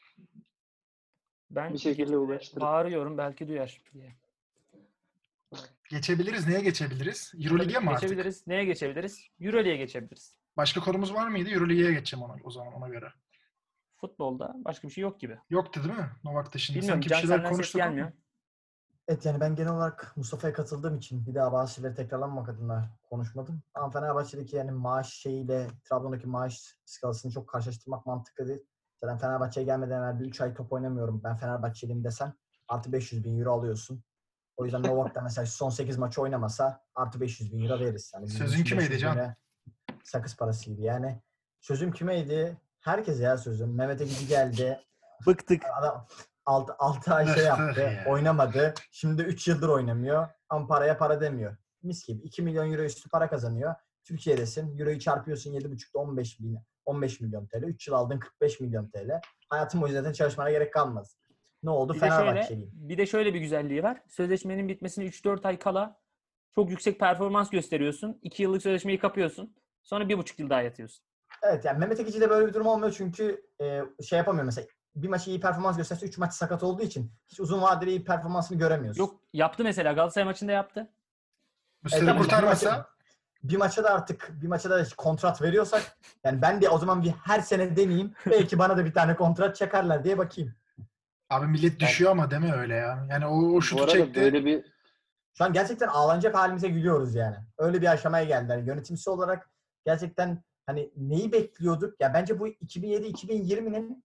Ben Bir şekilde gece ulaştırıp. bağırıyorum belki duyar diye. Geçebiliriz. Neye geçebiliriz? Euroleague'e mi artık? Geçebiliriz. Neye geçebiliriz? Euroleague'e geçebiliriz. Başka konumuz var mıydı? Euroleague'e geçeceğim o zaman ona göre. Futbolda başka bir şey yok gibi. Yoktu değil mi? Novak dışında. Bilmiyorum. Sanki bir Can şeyler senden ses konuştuk ama. gelmiyor. Evet yani ben genel olarak Mustafa'ya katıldığım için bir daha bazı şeyleri tekrarlanmamak adına konuşmadım. Ama Fenerbahçe'deki yani maaş şeyiyle Trabzon'daki maaş skalasını çok karşılaştırmak mantıklı değil. Zaten Fenerbahçe'ye gelmeden evvel bir 3 ay top oynamıyorum. Ben Fenerbahçeliyim desen artı 500 bin euro alıyorsun. O yüzden Novak da mesela son 8 maçı oynamasa artı 500 bin euro veririz. Yani bizim Sözün için kimeydi 500 Can? bine sakız parasıydı. Yani sözüm kimeydi? Herkese ya sözüm. Mehmet Ekici geldi. Bıktık. Adam 6 ay şey yaptı. Ya. Oynamadı. Şimdi 3 yıldır oynamıyor. Ama paraya para demiyor. Mis gibi. 2 milyon euro üstü para kazanıyor. Türkiye'desin. Euro'yu çarpıyorsun 7,5'da 15 milyon TL. 3 yıl aldın 45 milyon TL. Hayatım boyunca zaten çalışmana gerek kalmaz. Ne oldu? Fenerbahçeliyim. Bir de şöyle bir güzelliği var. Sözleşmenin bitmesine 3-4 ay kala çok yüksek performans gösteriyorsun. 2 yıllık sözleşmeyi kapıyorsun. Sonra 1,5 yıl daha yatıyorsun. Evet yani Mehmet Ekici'de böyle bir durum olmuyor çünkü şey yapamıyor mesela. Bir maçı iyi performans gösterse 3 maç sakat olduğu için hiç uzun vadeli iyi performansını göremiyorsun. Yok yaptı mesela. Galatasaray maçında yaptı. Bu Evet, sene ama kurtarmasa bir maça da kontrat veriyorsak yani ben de o zaman bir her sene deneyeyim. Belki bana da bir tane kontrat çakarlar diye bakayım. abi millet düşüyor ama deme öyle ya. Yani o Bu şutu arada çekti. böyle bir Şu an gerçekten ağlanacak halimize gülüyoruz yani. Öyle bir aşamaya geldiler. Yönetimsel olarak gerçekten hani neyi bekliyorduk? Ya bence bu 2007-2020'nin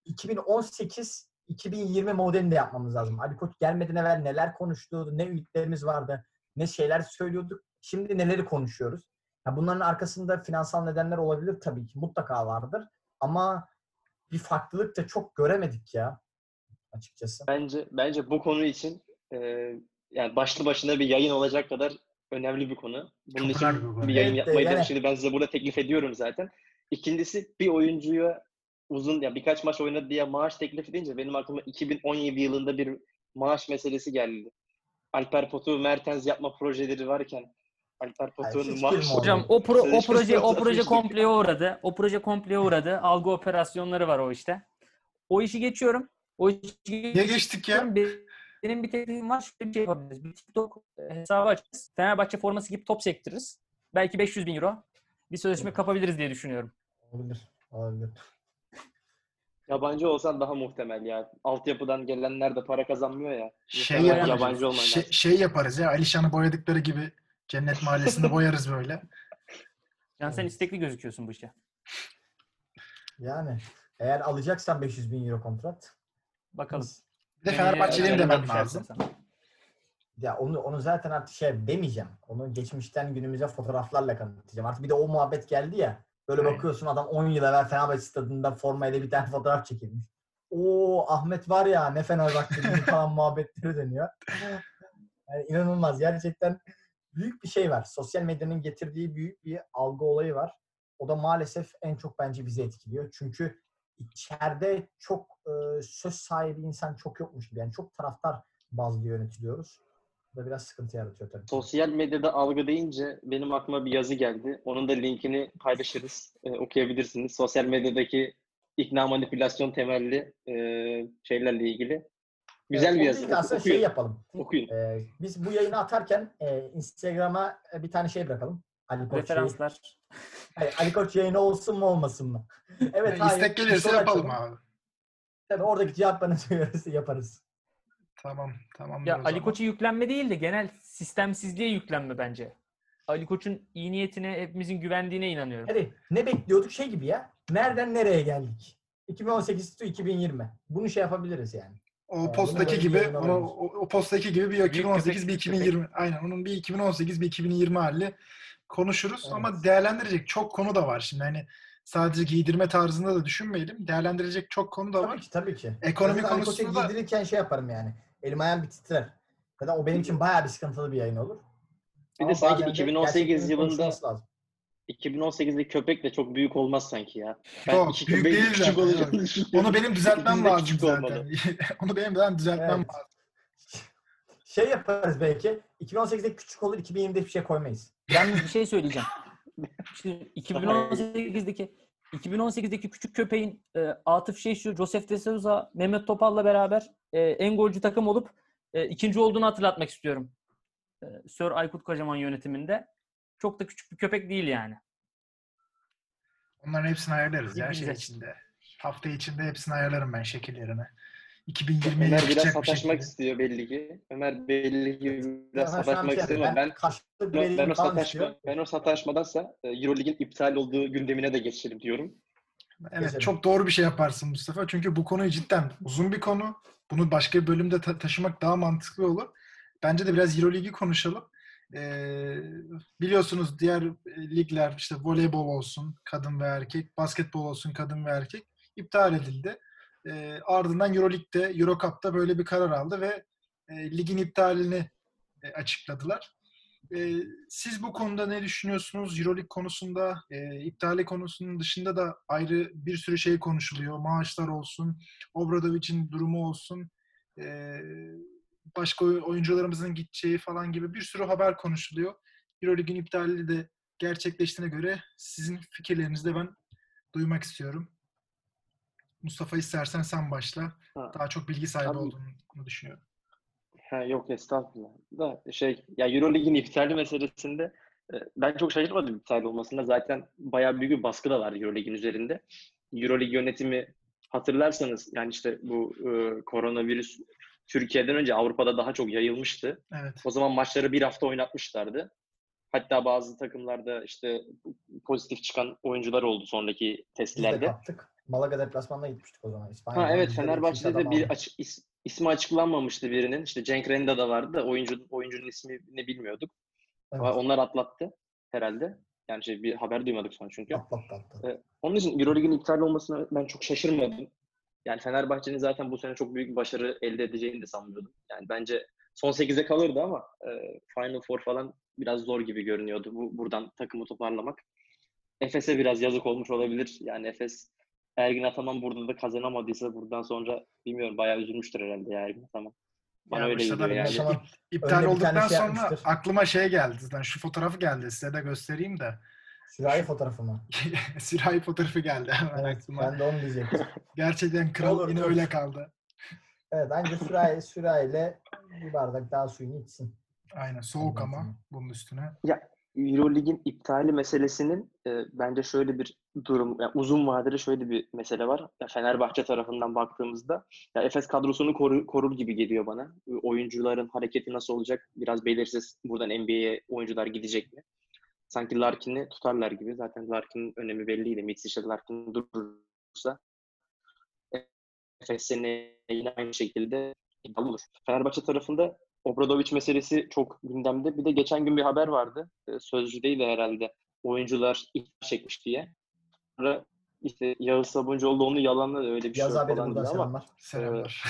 2018-2020 modelini de yapmamız lazım. Ali Koç gelmeden evvel neler konuştu, ne ümitlerimiz vardı, ne şeyler söylüyorduk. Şimdi neleri konuşuyoruz? Ya bunların arkasında finansal nedenler olabilir tabii ki. Mutlaka vardır. Ama bir farklılık da çok göremedik ya açıkçası. bence bu konu için yani başlı başına bir yayın olacak kadar önemli bir konu. Bunun Çok için önemli bir konu. bir yayın Evet, yapmayı da yani- şimdi ben size burada teklif ediyorum zaten. İkincisi bir oyuncuya birkaç maç oynadı diye maaş teklif edince benim aklıma 2017 yılında bir maaş meselesi geldi. Alper Potuk'u Mertens yapma projeleri varken Alper Potuk'un hiç maaşı... girme Hocam o proje kompleye uğradı. O proje kompleye uğradı. Algı operasyonları var o işte. O işi geçiyorum. Niye geçtik ya? Benim bir teklifim var. Şöyle bir şey yapabiliriz. Bir TikTok hesabı açarız. Fenerbahçe forması giyip top sektiririz. Belki 500 bin euro. Bir sözleşme kapabiliriz diye düşünüyorum. Olabilir. Yabancı olsan daha muhtemel ya. Altyapıdan gelenler de para kazanmıyor ya. Şey İnsanlar yaparız. yabancı olman lazım. Şey yaparız ya. Alişan'ı boyadıkları gibi Cennet Mahallesi'nde boyarız böyle. Yani sen Evet. istekli gözüküyorsun bu işe. Yani eğer alacaksan 500 bin euro kontrat Bakalım. Bir de Menajeri Fenerbahçeliyim üzerinden demem düşerse lazım. sana. ya onu zaten artık şey demeyeceğim. Onu geçmişten günümüze fotoğraflarla kanıtlayacağım. Artık bir de o muhabbet geldi ya. Böyle Aynen. bakıyorsun adam 10 yıl evvel Fenerbahçe stadında formayla bir tane fotoğraf çekilmiş. Oo Ahmet var ya ne Fenerbahçeli falan muhabbetleri dönüyor. Yani inanılmaz. Gerçekten büyük bir şey var. Sosyal medyanın getirdiği büyük bir algı olayı var. O da maalesef en çok bence bizi etkiliyor. Çünkü içeride çok söz sahibi insan çok yokmuş gibi. Yani çok taraftar bazlı yönetiliyoruz. Bu da biraz sıkıntı yaratıyor tabii. Sosyal medyada algı deyince benim aklıma bir yazı geldi. Onun da linkini paylaşırız. Okuyabilirsiniz. Sosyal medyadaki ikna manipülasyon temelli şeylerle ilgili. Güzel bir Onun yazı. ilk aslında Okuyun. şey yapalım. Okuyun. Biz bu yayını atarken Instagram'a bir tane şey bırakalım. Ali Koç Referanslar. Hayır, Ali Koç yayını olsun mu olmasın mı? Evet, hayır. İstek gelirse Soru yapalım açalım. abi. Tabii oradaki cevaplarını yaparız. Tamamdır Ya o Ali zaman. Koç'a yüklenme değil de genel sistemsizliğe yüklenme bence. Ali Koç'un iyi niyetine, hepimizin güvendiğine inanıyorum. Hadi ne bekliyorduk şey gibi ya. Nereden nereye geldik? 2018 to 2020. Bunu şey yapabiliriz yani. O Bunun posttaki böyle bir gibi, yayını olabilir. o posttaki gibi bir Büyük 2018 bir köpek, küçük 2020. Aynen onun bir 2018 bir 2020 hali konuşuruz Evet. ama değerlendirecek çok konu da var şimdi. Hani sadece giydirme tarzında da düşünmeyelim. Değerlendirecek çok konu da Tabii var. ki tabii ki. Ekonomi Zaten Ali Koç'a konusunda da giydirirken şey yaparım yani. Elim ayağım bir titrer. Zaten o benim için bayağı bir sıkıntılı bir yayın olur. Bir de Ama sanki bazen de 2018 gerçeklerin yılında konuşulması lazım. 2018'deki köpek de çok büyük olmaz sanki ya. Ben yok, iki büyük köpeğin değil küçük zaten. olacağını Yok. düşünüyorum. Onu benim düzeltmem İkisi de lazım küçük zaten. olmalı. Onu benim düzeltmem Evet. lazım. Şey yaparız belki. 2018'de küçük olur, 2020'de hiçbir şey koymayız. Yalnız bir şey söyleyeceğim. Şimdi 2018'deki küçük köpeğin Atıf Şeşu, Josef de Souza, Mehmet Topal'la beraber en golcü takım olup ikinci olduğunu hatırlatmak istiyorum. Sir Aykut Kocaman yönetiminde. Çok da küçük bir köpek değil yani. Onların hepsini ayarlarız ya Bilginize. şey içinde. Hafta içinde hepsini ayarlarım ben şekillerini. 2020'ye Ömer biraz yakışacak bir sataşmak şekilde. istiyor belli ki. Ömer belli ki biraz Zaten şu an sataşmak şey istiyor ama ben karşılıklı vereyim falan istiyor. ben o sataşmadansa Eurolig'in iptal olduğu gündemine de geçelim diyorum. Evet, Geçelim. çok doğru bir şey yaparsın Mustafa. Çünkü bu konuyu cidden uzun bir konu. Bunu başka bir bölümde taşımak daha mantıklı olur. Bence de biraz Euroligi konuşalım. Biliyorsunuz diğer ligler işte voleybol olsun kadın ve erkek, basketbol olsun kadın ve erkek iptal edildi. Ardından Euroleague'de, Eurocup'ta böyle bir karar aldı ve ligin iptalini açıkladılar. Siz bu konuda ne düşünüyorsunuz? Euroleague konusunda, iptali konusunun dışında da ayrı bir sürü şey konuşuluyor. Maaşlar olsun, Obradovic'in durumu olsun, başka oyuncularımızın gideceği falan gibi bir sürü haber konuşuluyor. Euroleague'in iptali de gerçekleştiğine göre sizin fikirlerinizi de ben duymak istiyorum. Mustafa istersen sen başla. Ha, Daha çok bilgi sahibi abi, olduğunu düşünüyorum. yok estağfurullah. Da ya Eurolig'in iptali meselesinde ben çok şaşırmadım iptal olmasına. Zaten bayağı büyük bir baskı da var Eurolig'in üzerinde. Eurolig yönetimi hatırlarsanız yani işte bu koronavirüs Türkiye'den önce Avrupa'da daha çok yayılmıştı. Evet. O zaman maçları bir hafta oynatmışlardı. Hatta bazı takımlarda işte pozitif çıkan oyuncular oldu sonraki Biz de testlerde. kaptık. Malaga deplasmanına gitmiştik o zaman. İspanya'dan. Evet, Bizde de 2-3 Fenerbahçe'de de adam bir aldık. ismi açıklanmamıştı birinin. İşte Cenk Renda da vardı da oyuncunun ismini bilmiyorduk. Evet. Onlar atlattı herhalde. Yani bir haber duymadık sonra çünkü. Atlattı. Onun için Euroleague'in iptal olmasına ben çok şaşırmadım. Yani Fenerbahçe'nin zaten bu sene çok büyük bir başarı elde edeceğini de sanmıyordum. Yani bence son 8'e kalırdı ama Final Four falan biraz zor gibi görünüyordu buradan takımı toparlamak. Efes'e biraz yazık olmuş olabilir. Yani Efes Ergin Ataman burada da kazanamadıysa buradan sonra bilmiyorum bayağı üzülmüştür herhalde ya Ergin Ataman. Bana Ya öyle işte geliyor tabii yani. Tamam. iptal Önüne bir tane olduktan şey sonra yapmıştır. aklıma şey geldi. Zaten şu fotoğrafı geldi. Size de göstereyim de. Sürahi fotoğrafı mı? Sürahi fotoğrafı geldi hemen Evet, aklıma. ben de onu diyecektim. Gerçekten kral Olur, yine dur. öyle kaldı. Evet, anca sürahiyle bir bardak daha suyunu içsin. Aynen soğuk Ergin ama Ataman. bunun üstüne. Ya Eurolig'in iptali meselesinin bence şöyle bir durum, yani uzun vadede şöyle bir mesele var. Ya Fenerbahçe tarafından baktığımızda ya Efes kadrosunu korur gibi geliyor bana. Oyuncuların hareketi nasıl olacak biraz belirsiz. Buradan NBA'ye oyuncular gidecek mi? Sanki Larkin'i tutarlar gibi. Zaten Larkin'in önemi belliydi. Mitsic'e Larkin durursa Efes seneye yine aynı şekilde iddialı olur. Fenerbahçe tarafında Obradovic meselesi çok gündemde. Bir de geçen gün bir haber vardı. Sözcü'deydi herhalde. Oyuncular ihbar çekmiş diye. Sonra işte Yağız Sabuncuoğlu onu yalanladı. Öyle bir şey Yaz yok abi de falan buradan diye ama selamlar. Selamlar.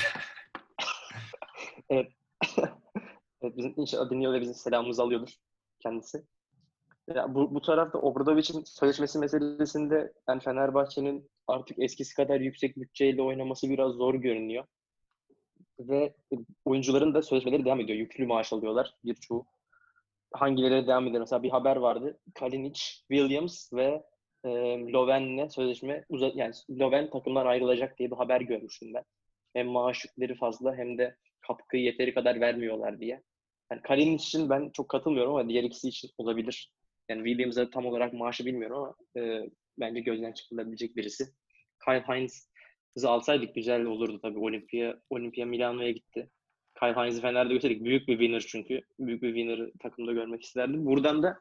evet. Evet, bizim inşallah dinliyor ve bizim selamımızı alıyordur kendisi. Ya bu tarafta Obradovic'in sözleşmesi meselesinde yani Fenerbahçe'nin artık eskisi kadar yüksek bütçeyle oynaması biraz zor görünüyor. Ve oyuncuların da sözleşmeleri devam ediyor. Yüklü maaş alıyorlar birçoğu. Hangileri devam ediyor? Mesela bir haber vardı. Kalinic, Williams ve Löwen'le sözleşme yani Löwen takımdan ayrılacak diye bir haber görmüştüm ben. Hem maaş yükleri fazla hem de katkıyı yeteri kadar vermiyorlar diye. Yani Kalinic için ben çok katılmıyorum ama diğer ikisi için olabilir. Yani Williams'a tam olarak maaşı bilmiyorum ama bence gözden çıkarılabilecek birisi. Kyle Hines'ı alsaydık güzel olurdu tabii. Olimpia Milano'ya gitti. Kyle Hines'ı Fener'de gösterdik. Büyük bir winner çünkü. Büyük bir winner'ı takımda görmek isterdim. Buradan da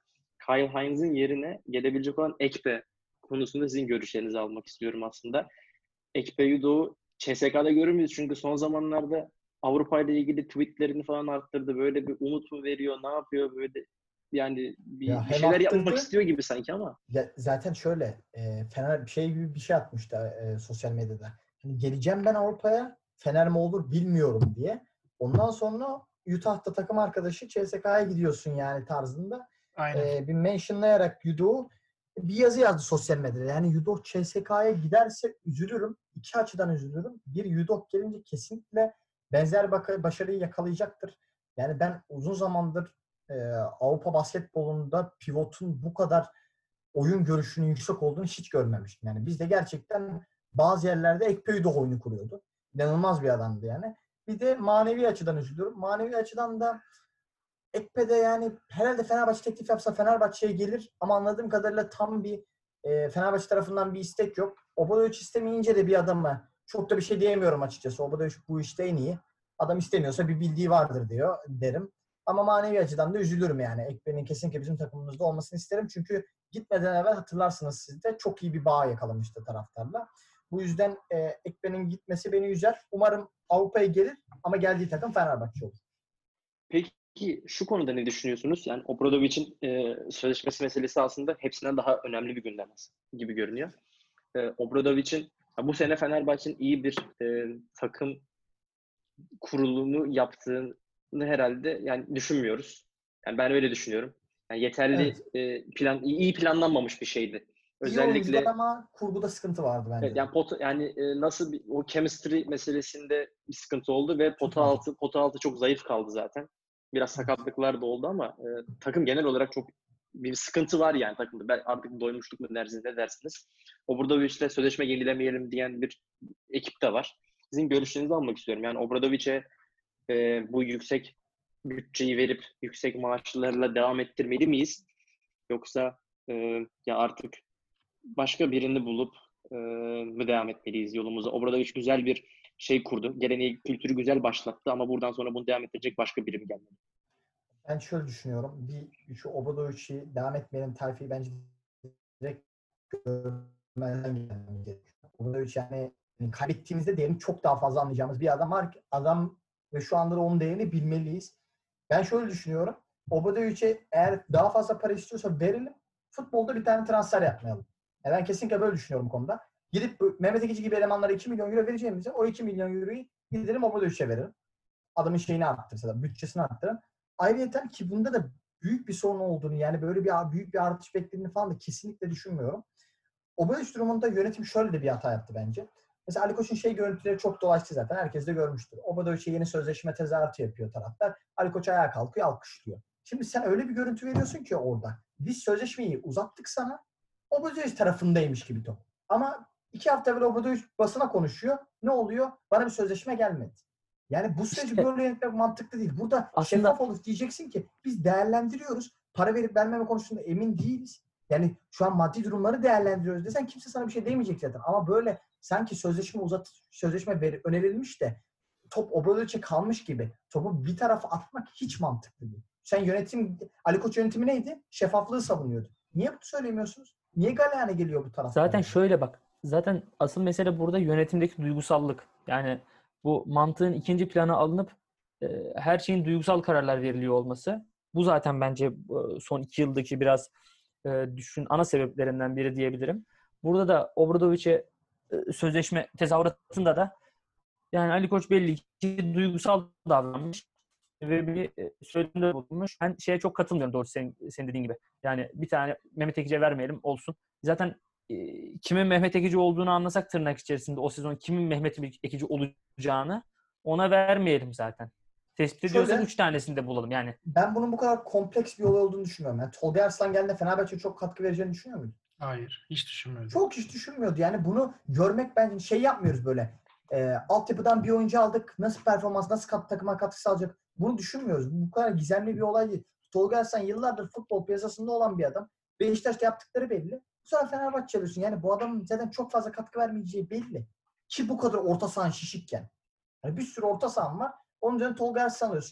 Kyle Hines'in yerine gelebilecek olan Ekpe konusunda sizin görüşlerinizi almak istiyorum aslında. Ekpe Udoh'u CSK'da görür müyüz? Çünkü son zamanlarda Avrupa ile ilgili tweetlerini falan arttırdı. Böyle bir umut mu veriyor? Ne yapıyor? Böyle yani bir Ya hem şeyler yapmak arttırdı, istiyor gibi sanki ama. ya zaten şöyle Fener bir şey gibi bir şey atmıştı sosyal medyada. Hani geleceğim ben Avrupa'ya, Fener mi olur bilmiyorum diye. Ondan sonra Utah'ta takım arkadaşı CSK'ya gidiyorsun yani tarzında Aynen. bir mentionlayarak Yudo'u bir yazı yazdı sosyal medyada. Yani Yudo CSK'ya giderse üzülürüm. İki açıdan üzülürüm. Bir, Yudo gelince kesinlikle benzer başarıyı yakalayacaktır. Yani ben uzun zamandır Avrupa basketbolunda pivotun bu kadar oyun görüşünün yüksek olduğunu hiç görmemiştim. Yani bizde gerçekten bazı yerlerde Ekpe'yi oyunu kuruyordu. İnanılmaz bir adamdı yani. Bir de manevi açıdan üzülüyorum. Manevi açıdan da Ekpe'de yani herhalde Fenerbahçe teklif yapsa Fenerbahçe'ye gelir ama anladığım kadarıyla tam bir Fenerbahçe tarafından bir istek yok. Obradoviç istemeyince de bir adama çok da bir şey diyemiyorum açıkçası. Obradoviç bu işte en iyi. Adam istemiyorsa bir bildiği vardır diyor derim. Ama manevi açıdan da üzülürüm yani. Ekpe'nin kesinlikle bizim takımımızda olmasını isterim. Çünkü gitmeden evvel hatırlarsınız siz de çok iyi bir bağ yakalamıştı taraftarla. Bu yüzden Ekpe'nin gitmesi beni üzer. Umarım Avrupa'ya gelir ama geldiği takım Fenerbahçe olur. Peki şu konuda ne düşünüyorsunuz? Yani Obradovic'in sözleşmesi meselesi aslında hepsinden daha önemli bir gündem gibi görünüyor. Obradovic'in bu sene Fenerbahçe'nin iyi bir takım kurulumu yaptığını herhalde yani düşünmüyoruz. Yani ben öyle düşünüyorum. Yani yeterli Evet. iyi planlanmamış bir şeydi. İyi oyuncular Özellikle ama kurguda sıkıntı vardı bence evet, de. yani nasıl o chemistry meselesinde bir sıkıntı oldu ve Çok fazla. pota altı çok zayıf kaldı zaten. Biraz sakatlıklar da oldu ama takım genel olarak çok bir sıkıntı var yani takımda. Ben artık doymuşluk mu dersiniz ne dersiniz? Obradovic'le sözleşme yenilemeyelim diyen bir ekip de var. Sizin görüşlerinizi almak istiyorum. Yani Obradovic'e bu yüksek bütçeyi verip yüksek maaşlarla devam ettirmeli miyiz? Yoksa ya artık başka birini bulup mı devam etmeliyiz yolumuza? Obradoviç güzel bir şey kurdu. Geleneği, kültürü güzel başlattı ama buradan sonra bunu devam ettirecek başka biri mi gelmeli? Ben şöyle düşünüyorum. Şu Obradovic'i devam etmeyelim tayfayı bence direkt görmezden gelmemiz gerekiyor. Obradovic yani kaybettiğimizde değerini çok daha fazla anlayacağımız bir adam var. Adam ve şu anda da onun değerini bilmeliyiz. Ben şöyle düşünüyorum. Obradovic'e eğer daha fazla para istiyorsa verelim. Futbolda bir tane transfer yapmayalım. Yani ben kesinlikle böyle düşünüyorum bu konuda. Gidip Mehmet Ekici gibi elemanlara 2 milyon euro vereceğimize o 2 milyon euroyu gidelim Obradovic'e verelim. Adamın şeyini arttırsa, bütçesini arttırın. Ayrıca ki bunda da büyük bir sorun olduğunu yani böyle büyük bir artış beklediğini falan da kesinlikle düşünmüyorum. Obradoviç durumunda yönetim şöyle de bir hata yaptı bence. Mesela Ali Koç'un görüntüleri çok dolaştı zaten. Herkes de görmüştür. Obradoviç'e yeni sözleşme tezahüratı yapıyor taraftar. Ali Koç ayağa kalkıyor, alkışlıyor. Şimdi sen öyle bir görüntü veriyorsun ki orada. Biz sözleşmeyi uzattık sana. Obradoviç tarafındaymış gibi top. Ama 2 hafta evvel Obradoviç basına konuşuyor. Ne oluyor? Bana bir sözleşme gelmedi. Yani bu süreci İşte böyle yönetmek mantıklı değil. Burada aslında şeffaf olup diyeceksin ki biz değerlendiriyoruz. Para verip vermeme konusunda emin değiliz. Yani şu an maddi durumları değerlendiriyoruz desen kimse sana bir şey demeyecek zaten. Ama böyle sanki sözleşme önerilmiş de top Obradoviç'e kalmış gibi topu bir tarafa atmak hiç mantıklı değil. Sen Ali Koç yönetimi neydi? Şeffaflığı savunuyordu. Niye bunu söylemiyorsunuz? Niye galeyana geliyor bu taraftar zaten yani? şöyle bak. Zaten asıl mesele burada yönetimdeki duygusallık. Yani bu mantığın ikinci plana alınıp her şeyin duygusal kararlar veriliyor olması. Bu zaten bence son 2 yıldaki biraz düşüşün ana sebeplerinden biri diyebilirim. Burada da Obradoviç'e sözleşme tezahüratında da yani Ali Koç belli ki duygusal davranmış ve bir söylemde bulunmuş. Ben şeye çok katılmıyorum doğrusu senin dediğin gibi. Yani bir tane Mehmet Ekici'ye vermeyelim olsun. Zaten kimin Mehmet Ekici olduğunu anlasak tırnak içerisinde o sezon kimin Mehmet Ekici olacağını ona vermeyelim zaten. Tespit ediyorsak Şöyle 3 tanesini de bulalım yani. ben bunun bu kadar kompleks bir olay olduğunu düşünmüyorum. Yani Tolga Arslan geldiğinde Fenerbahçe'ye çok katkı vereceğini düşünüyor muydun? Hayır. Hiç düşünmüyorum. Çok hiç düşünmüyordu. Yani bunu görmek bence yapmıyoruz böyle. Altyapıdan bir oyuncu aldık. Nasıl performans, nasıl takıma katkı sağlayacak? Bunu düşünmüyoruz. Bu kadar gizemli bir olay değil. Tolga Arslan yıllardır futbol piyasasında olan bir adam. Beşiktaş'ta yaptıkları belli. Sonra Fenerbahçe alıyorsun. Yani bu adamın zaten çok fazla katkı vermeyeceği belli. Ki bu kadar orta sahan şişikken. Yani bir sürü orta sahan var. Onun üzerine Tolga Arslan alıyorsun. Yani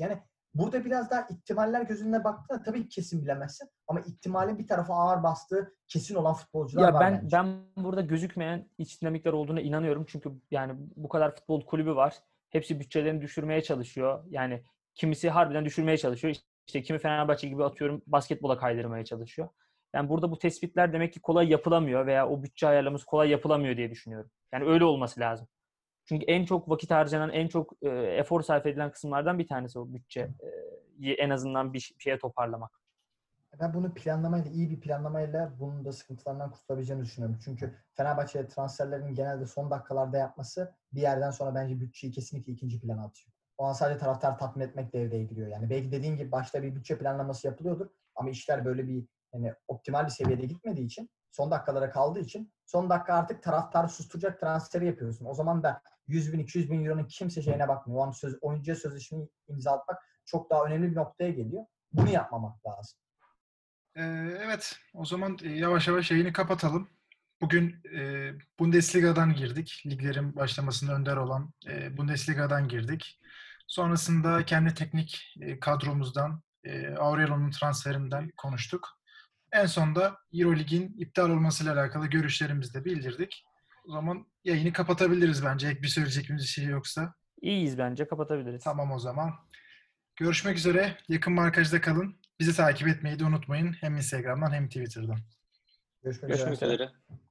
Burada biraz daha ihtimaller gözüne baktığında tabii ki kesin bilemezsin. Ama ihtimalin bir tarafa ağır bastığı kesin olan futbolcular Ya var ben bence. ben burada gözükmeyen iç dinamikler olduğuna inanıyorum. Çünkü yani bu kadar futbol kulübü var. Hepsi bütçelerini düşürmeye çalışıyor. Yani kimisi harbiden düşürmeye çalışıyor. İşte kimi Fenerbahçe gibi atıyorum basketbola kaydırmaya çalışıyor. Yani burada bu tespitler demek ki kolay yapılamıyor veya o bütçe ayarlaması kolay yapılamıyor diye düşünüyorum. Yani öyle olması lazım. Çünkü en çok vakit harcanan, en çok efor sarf edilen kısımlardan bir tanesi o bütçe. En azından bir şeye toparlamak. Ben bunu planlamayla, iyi bir planlamayla bunun da sıkıntılarından kurtulabileceğini düşünüyorum. Çünkü Fenerbahçe transferlerin genelde son dakikalarda yapması bir yerden sonra bence bütçeyi kesinlikle ikinci plana atıyor. O an sadece taraftar tatmin etmek devreye giriyor. Yani belki dediğin gibi başta bir bütçe planlaması yapılıyordur ama işler böyle bir yani optimal bir seviyede gitmediği için, son dakikalara kaldığı için son dakika artık taraftarı susturacak transferi yapıyorsun. O zaman da 100 bin, 200 bin euronun kimse şeyine bakmıyor. O an oyuncuya sözleşmeyi imzalatmak çok daha önemli bir noktaya geliyor. Bunu yapmamak lazım. Evet, o zaman yavaş yavaş yayını kapatalım. Bugün Bundesliga'dan girdik. Liglerin başlamasında önder olan Bundesliga'dan girdik. Sonrasında kendi teknik kadromuzdan, Aurelio'nun transferinden konuştuk. En sonunda Eurolig'in iptal olmasıyla alakalı görüşlerimizi de bildirdik. O zaman yayını kapatabiliriz bence. Ek bir söyleyeceğimiz bir şey yoksa. İyiyiz bence, kapatabiliriz. Tamam o zaman. Görüşmek üzere. Yakın markajda kalın. Bizi takip etmeyi de unutmayın. Hem Instagram'dan hem Twitter'dan. Görüşmek Görüşmek üzere. üzere. üzere.